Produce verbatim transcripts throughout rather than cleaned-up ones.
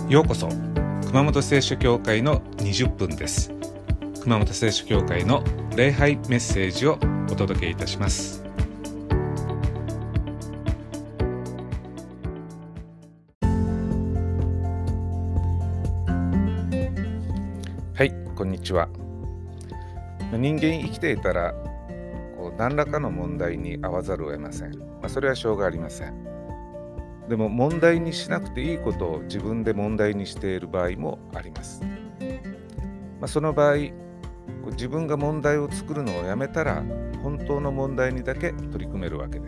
ようこそ熊本聖書教会のにじゅっぷんです。熊本聖書教会の礼拝メッセージをお届けいたします。はい、こんにちは。人間生きていたらこう何らかの問題に遭わざるを得ません。まあ、それはしょうがありません。でも問題にしなくていいことを自分で問題にしている場合もあります。まあ、その場合、自分が問題を作るのをやめたら本当の問題にだけ取り組めるわけです。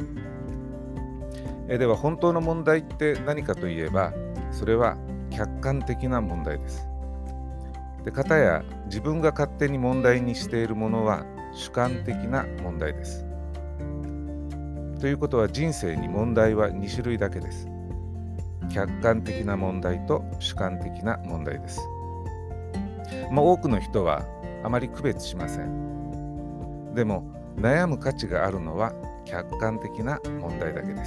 えでは本当の問題って何かといえば、それは客観的な問題です。で、かたや自分が勝手に問題にしているものは主観的な問題です。ということは人生に問題はに種類だけです。客観的な問題と主観的な問題です。まあ、多くの人はあまり区別しません。でも悩む価値があるのは客観的な問題だけです。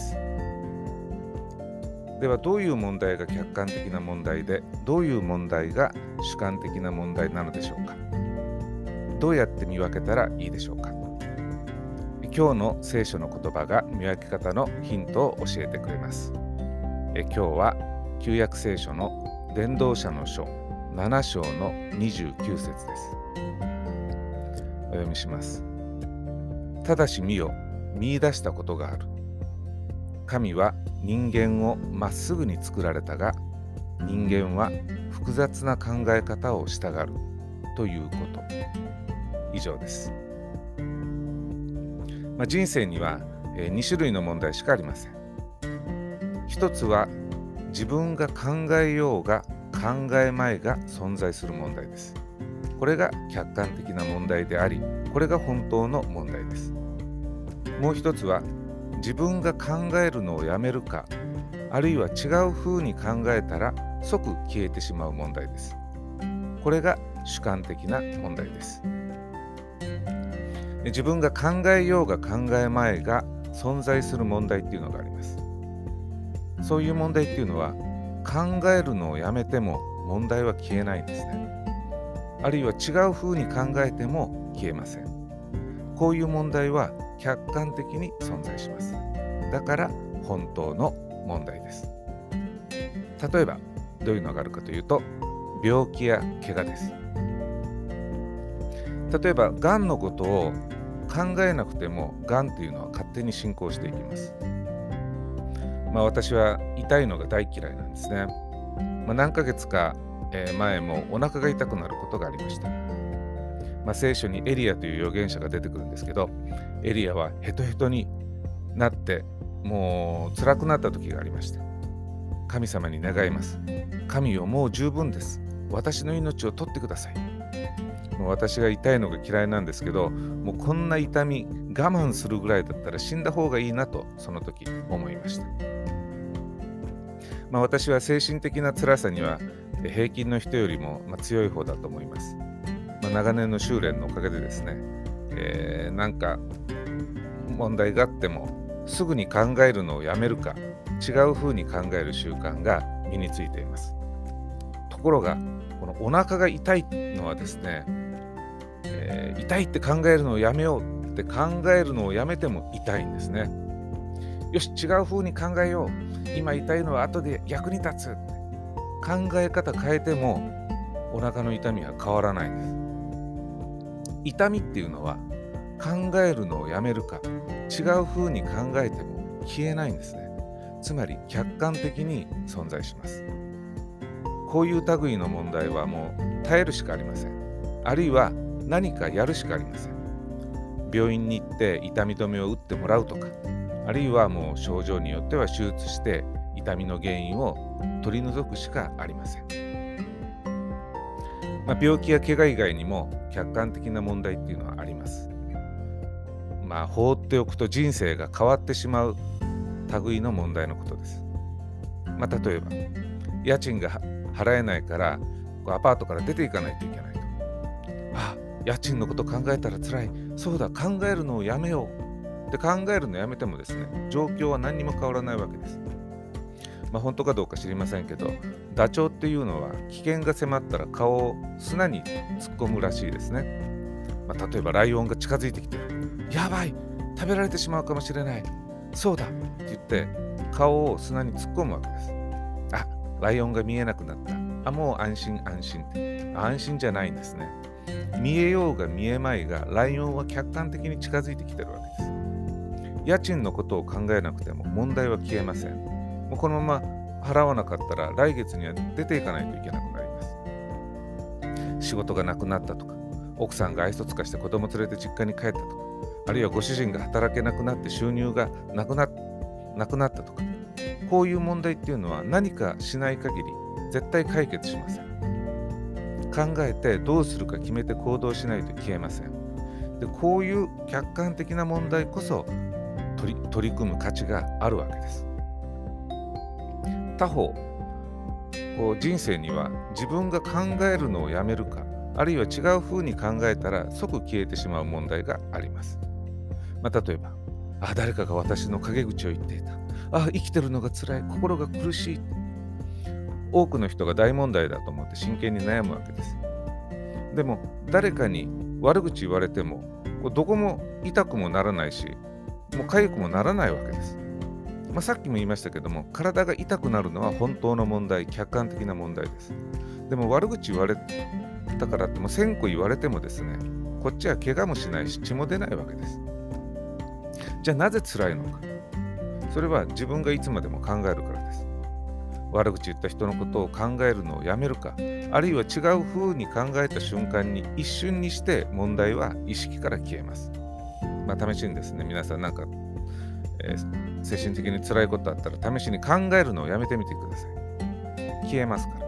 ではどういう問題が客観的な問題で、どういう問題が主観的な問題なのでしょうか。どうやって見分けたらいいでしょうか。今日の聖書の言葉が見分け方のヒントを教えてくれます。え今日は旧約聖書の伝道者の書なな章のにじゅうきゅう節です。お読みします。ただし見よ、見出したことがある。神は人間をまっすぐに作られたが、人間は複雑な考え方をしたがるということ。以上です。まあ、人生にはに種類の問題しかありません。一つは自分が考えようが考えまいが存在する問題です。これが客観的な問題であり、これが本当の問題です。もう一つは自分が考えるのをやめるか、あるいは違う風に考えたら即消えてしまう問題です。これが主観的な問題です。自分が考えようが考えまいが存在する問題っていうのがあります。そういう問題っていうのは考えるのをやめても問題は消えないんですね。あるいは違う風に考えても消えません。こういう問題は客観的に存在します。だから本当の問題です。例えばどういうのがあるかというと、病気や怪我です。例えばがんのことを考えなくてもがんというのは勝手に進行していきます。まあ、私は痛いのが大嫌いなんですね。まあ、何ヶ月か前もお腹が痛くなることがありました。まあ、聖書にエリアという預言者が出てくるんですけど、エリアはヘトヘトになってもう辛くなった時がありました。神様に願います。神よ、もう十分です。私の命を取ってください。もう私が痛いのが嫌いなんですけど、もうこんな痛み我慢するぐらいだったら死んだ方がいいなとその時思いました。まあ、私は精神的な辛さには平均の人よりもまあ強い方だと思います。まあ、長年の修練のおかげでですね、えー、なんか問題があってもすぐに考えるのをやめるか、違う風に考える習慣が身についています。ところがこのお腹が痛いのはですね、えー、痛いって考えるのをやめようって考えるのをやめても痛いんですね。よし、違う風に考えよう。今痛いのは後で役に立つ。考え方変えてもお腹の痛みは変わらないんです。痛みっていうのは考えるのをやめるか、違う風に考えても消えないんですね。つまり客観的に存在します。こういう類の問題はもう耐えるしかありません。あるいは何かやるしかありません。病院に行って痛み止めを打ってもらうとか、あるいはもう症状によっては手術して痛みの原因を取り除くしかありません。まあ、病気や怪我以外にも客観的な問題っていうのはあります。まあ、放っておくと人生が変わってしまう類の問題のことです。まあ、例えば家賃が払えないからアパートから出ていかないといけないと。ああ、家賃のこと考えたら辛い。そうだ、考えるのをやめようって考えるのをやめてもですね、状況は何にも変わらないわけです。まあ、本当かどうか知りませんけど、 ダチョウっていうのは危険が迫ったら顔を砂に突っ込むらしいですね。まあ、例えばライオンが近づいてきてる。やばい、食べられてしまうかもしれない。そうだって言って顔を砂に突っ込むわけです。あ、ライオンが見えなくなった。あ、もう安心安心って。安心じゃないんですね。見えようが見えまいが、ライオンは客観的に近づいてきてるわけです。家賃のことを考えなくても問題は消えません。もうこのまま払わなかったら来月には出ていかないといけなくなります。仕事がなくなったとか、奥さんが愛想つかして子供連れて実家に帰ったとか、あるいはご主人が働けなくなって収入がなくな、なくなったとか、こういう問題っていうのは何かしない限り絶対解決しません。考えてどうするか決めて行動しないと消えません。で、こういう客観的な問題こそ取り、取り組む価値があるわけです。他方、こう人生には自分が考えるのをやめるか、あるいは違う風に考えたら即消えてしまう問題があります。まあ、例えば、あ、誰かが私の陰口を言っていた。あ、生きてるのが辛い。心が苦しい。多くの人が大問題だと思って真剣に悩むわけです。でも、誰かに悪口言われても、どこも痛くもならないし、もう痒くもならないわけです。まあ、さっきも言いましたけども、体が痛くなるのは本当の問題、客観的な問題です。でも悪口言われたからってもせんこ言われてもですね、こっちは怪我もしないし血も出ないわけです。じゃあなぜ辛いのか。それは自分がいつまでも考えるからです。悪口言った人のことを考えるのをやめるか、あるいは違う風に考えた瞬間に一瞬にして問題は意識から消えます。まあ試しにですね、皆さんなんか、えー、精神的に辛いことあったら試しに考えるのをやめてみてください。消えますから。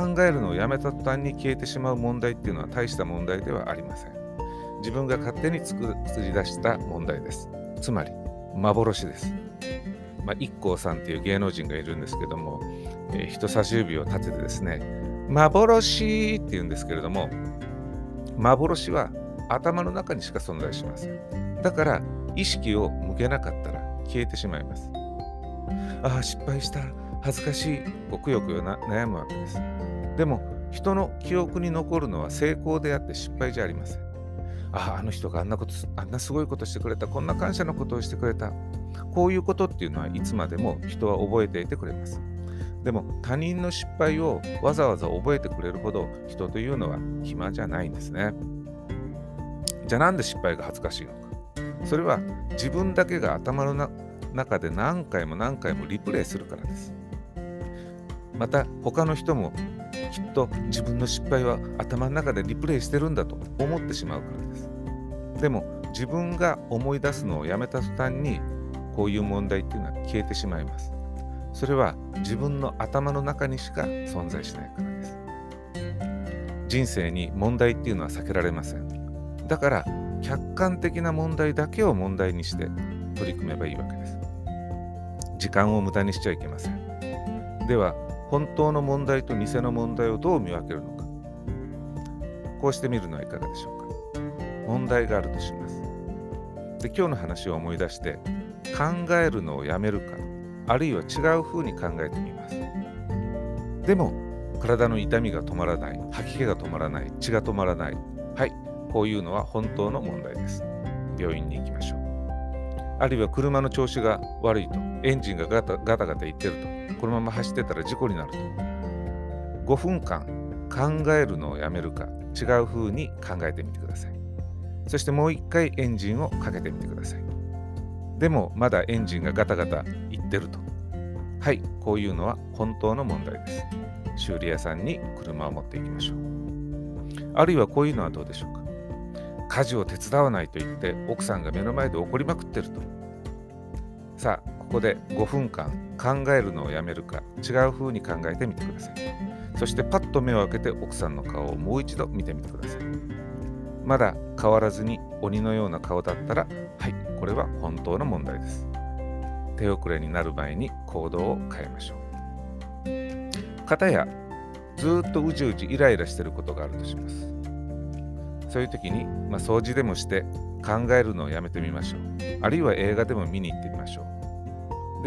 考えるのをやめた途端に消えてしまう問題っていうのは大した問題ではありません。自分が勝手に作り出した問題です。つまり幻です。まあ、一光さんっていう芸能人がいるんですけども、えー、人差し指を立ててですね、幻って言うんですけれども、幻は頭の中にしか存在しません。だから意識を向けなかったら消えてしまいます。ああ、失敗した、恥ずかしい、こうくよくよな悩むわけです。でも人の記憶に残るのは成功であって失敗じゃありません。ああ、あの人があんなこと、あんなすごいことしてくれた、こんな感謝のことをしてくれた。こういうことっていうのはいつまでも人は覚えていてくれます。でも他人の失敗をわざわざ覚えてくれるほど人というのは暇じゃないんですね。じゃあなんで失敗が恥ずかしいのか。それは自分だけが頭のな中で何回も何回もリプレイするからです。また他の人もきっと自分の失敗は頭の中でリプレイしてるんだと思ってしまうからです。でも自分が思い出すのをやめた途端にこういう問題っていうのは消えてしまいます。それは自分の頭の中にしか存在しないからです。人生に問題っていうのは避けられません。だから客観的な問題だけを問題にして取り組めばいいわけです。時間を無駄にしちゃいけません。では本当の問題と偽の問題をどう見分けるのか。こうしてみるのはいかがでしょうか。問題があるとします。で、今日の話を思い出して考えるのをやめるか、あるいは違う風に考えてみます。でも体の痛みが止まらない、吐き気が止まらない、血が止まらない。はい、こういうのは本当の問題です。病院に行きましょう。あるいは車の調子が悪いと、エンジンがガタガタガタいってると、このまま走ってたら事故になると。ごふんかん考えるのをやめるか、違う風に考えてみてください。そしてもう一回エンジンをかけてみてください。でもまだエンジンがガタガタいってると。はい、こういうのは本当の問題です。修理屋さんに車を持っていきましょう。あるいはこういうのはどうでしょうか。家事を手伝わないと言って奥さんが目の前で怒りまくってると。さあ、ここでごふんかん考えるのをやめるか、違う風に考えてみてください。そしてパッと目を開けて奥さんの顔をもう一度見てみてください。まだ変わらずに鬼のような顔だったら、はい、これは本当の問題です。手遅れになる前に行動を変えましょう。かたやずっとうじうじイライラしていることがあるとします。そういう時に、まあ、掃除でもして考えるのをやめてみましょう。あるいは映画でも見に行ってみましょう。で、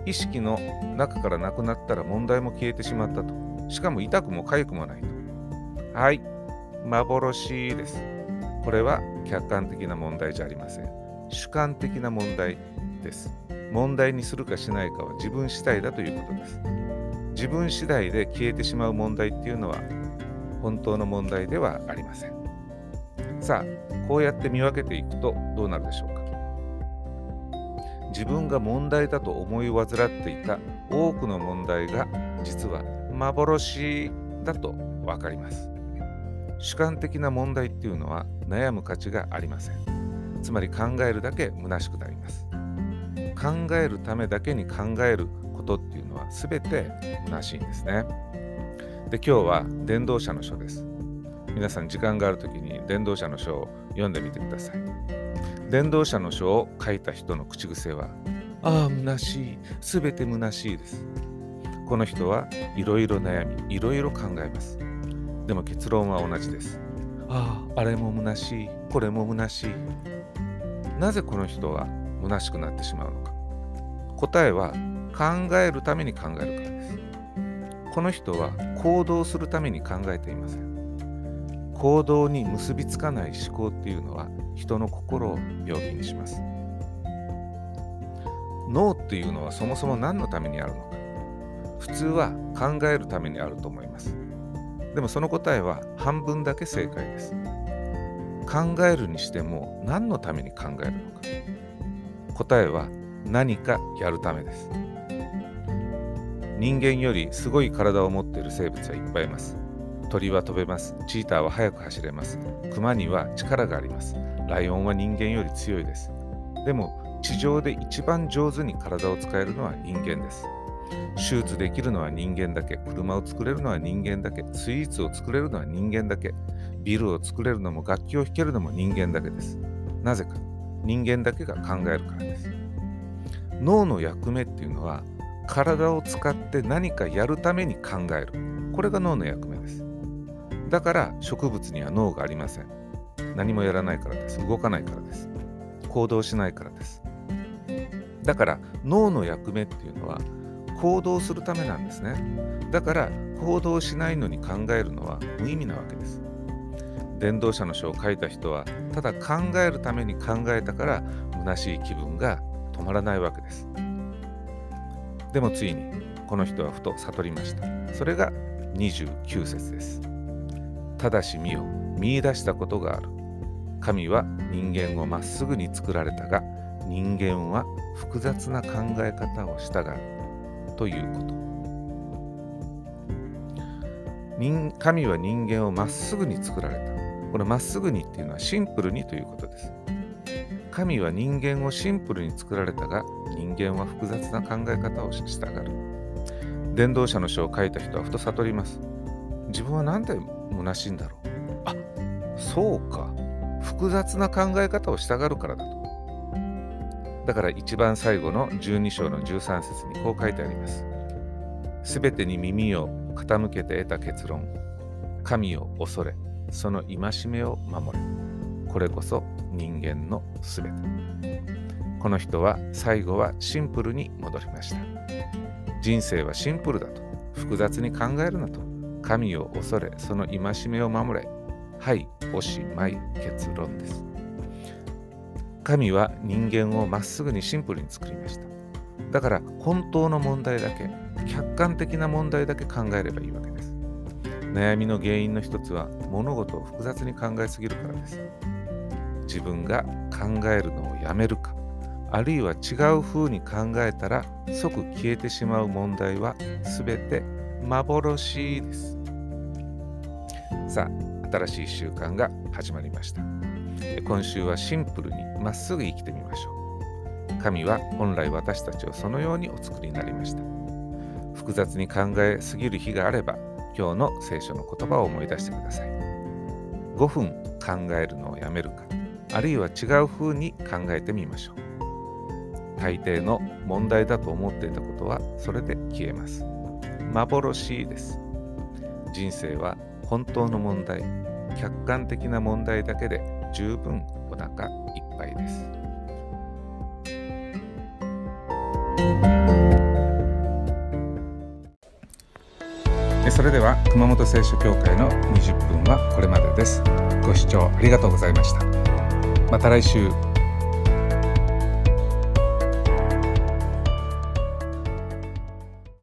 意識の中からなくなったら問題も消えてしまったと。しかも痛くも痒くもないと。はい、幻です。これは客観的な問題じゃありません。主観的な問題です。問題にするかしないかは自分次第だということです。自分次第で消えてしまう問題っていうのは本当の問題ではありません。さあ、こうやって見分けていくとどうなるでしょうか。自分が問題だと思い患っていた多くの問題が実は幻だと分かります。主観的な問題っていうのは悩む価値がありません。つまり考えるだけ虚しくなります。考えるためだけに考えることっていうのは全て虚しいんですね。で、今日は伝道者の書です。皆さん時間があるときに伝道者の書を読んでみてください。伝道者の書を書いた人の口癖は、ああ、虚しい、すべて虚しいです。この人はいろいろ悩み、いろいろ考えます。でも結論は同じです。ああ、あれも虚しい、これも虚しい。なぜこの人は虚しくなってしまうのか。答えは考えるために考えるからです。この人は行動するために考えていません。行動に結びつかない思考っていうのは人の心を病気にします。脳っていうのはそもそも何のためにあるのか。普通は考えるためにあると思います。でもその答えは半分だけ正解です。考えるにしても何のために考えるのか。答えは何かやるためです。人間よりすごい体を持っている生物はいっぱいいます。鳥は飛べます。チーターは速く走れます。クマには力があります。ライオンは人間より強いです。でも地上で一番上手に体を使えるのは人間です。手術できるのは人間だけ。車を作れるのは人間だけ。スイーツを作れるのは人間だけ。ビルを作れるのも楽器を弾けるのも人間だけです。なぜか。人間だけが考えるからです。脳の役目っていうのは体を使って何かやるために考える。これが脳の役目です。だから植物には脳がありません。何もやらないからです。動かないからです。行動しないからです。だから脳の役目っていうのは行動するためなんですね。だから行動しないのに考えるのは無意味なわけです。伝道者の書を書いた人はただ考えるために考えたから虚しい気分が止まらないわけです。でもついにこの人はふと悟りました。それがにじゅうきゅう節です。ただし見よ、見出したことがある。神は人間をまっすぐに作られたが、人間は複雑な考え方をしたがるということ。人神は人間をまっすぐに作られた。これまっすぐにっていうのはシンプルにということです。神は人間をシンプルに作られたが、人間は複雑な考え方をしたがる。伝道者の書を書いた人はふと悟ります。自分はなんで虚しいんだろう。あ、そうか。複雑な考え方をしたがるからだと。だから一番最後のじゅうに章のじゅうさん節にこう書いてあります。すべてに耳を傾けて得た結論。神を恐れ、その戒めを守れ。これこそ人間のすべて。この人は最後はシンプルに戻りました。人生はシンプルだと。複雑に考えるなと。神を恐れ、その戒めを守れ。はい、おしまい、結論です。神は人間をまっすぐにシンプルに作りました。だから本当の問題だけ、客観的な問題だけ考えればいいわけです。悩みの原因の一つは物事を複雑に考えすぎるからです。自分が考えるのをやめるか、あるいは違う風に考えたら即消えてしまう問題はすべて幻です。さあ、新しい習慣が始まりました。今週はシンプルにまっすぐ生きてみましょう。神は本来私たちをそのようにお作りになりました。複雑に考えすぎる日があれば、今日の聖書の言葉を思い出してください。ごふん考えるのをやめるか、あるいは違う風に考えてみましょう。大抵の問題だと思っていたことはそれで消えます。幻です。人生は本当の問題、客観的な問題だけで十分お腹いっぱいです。 それでは熊本聖書協会のにじゅっぷんはこれまでです。ご視聴ありがとうございました。また来週。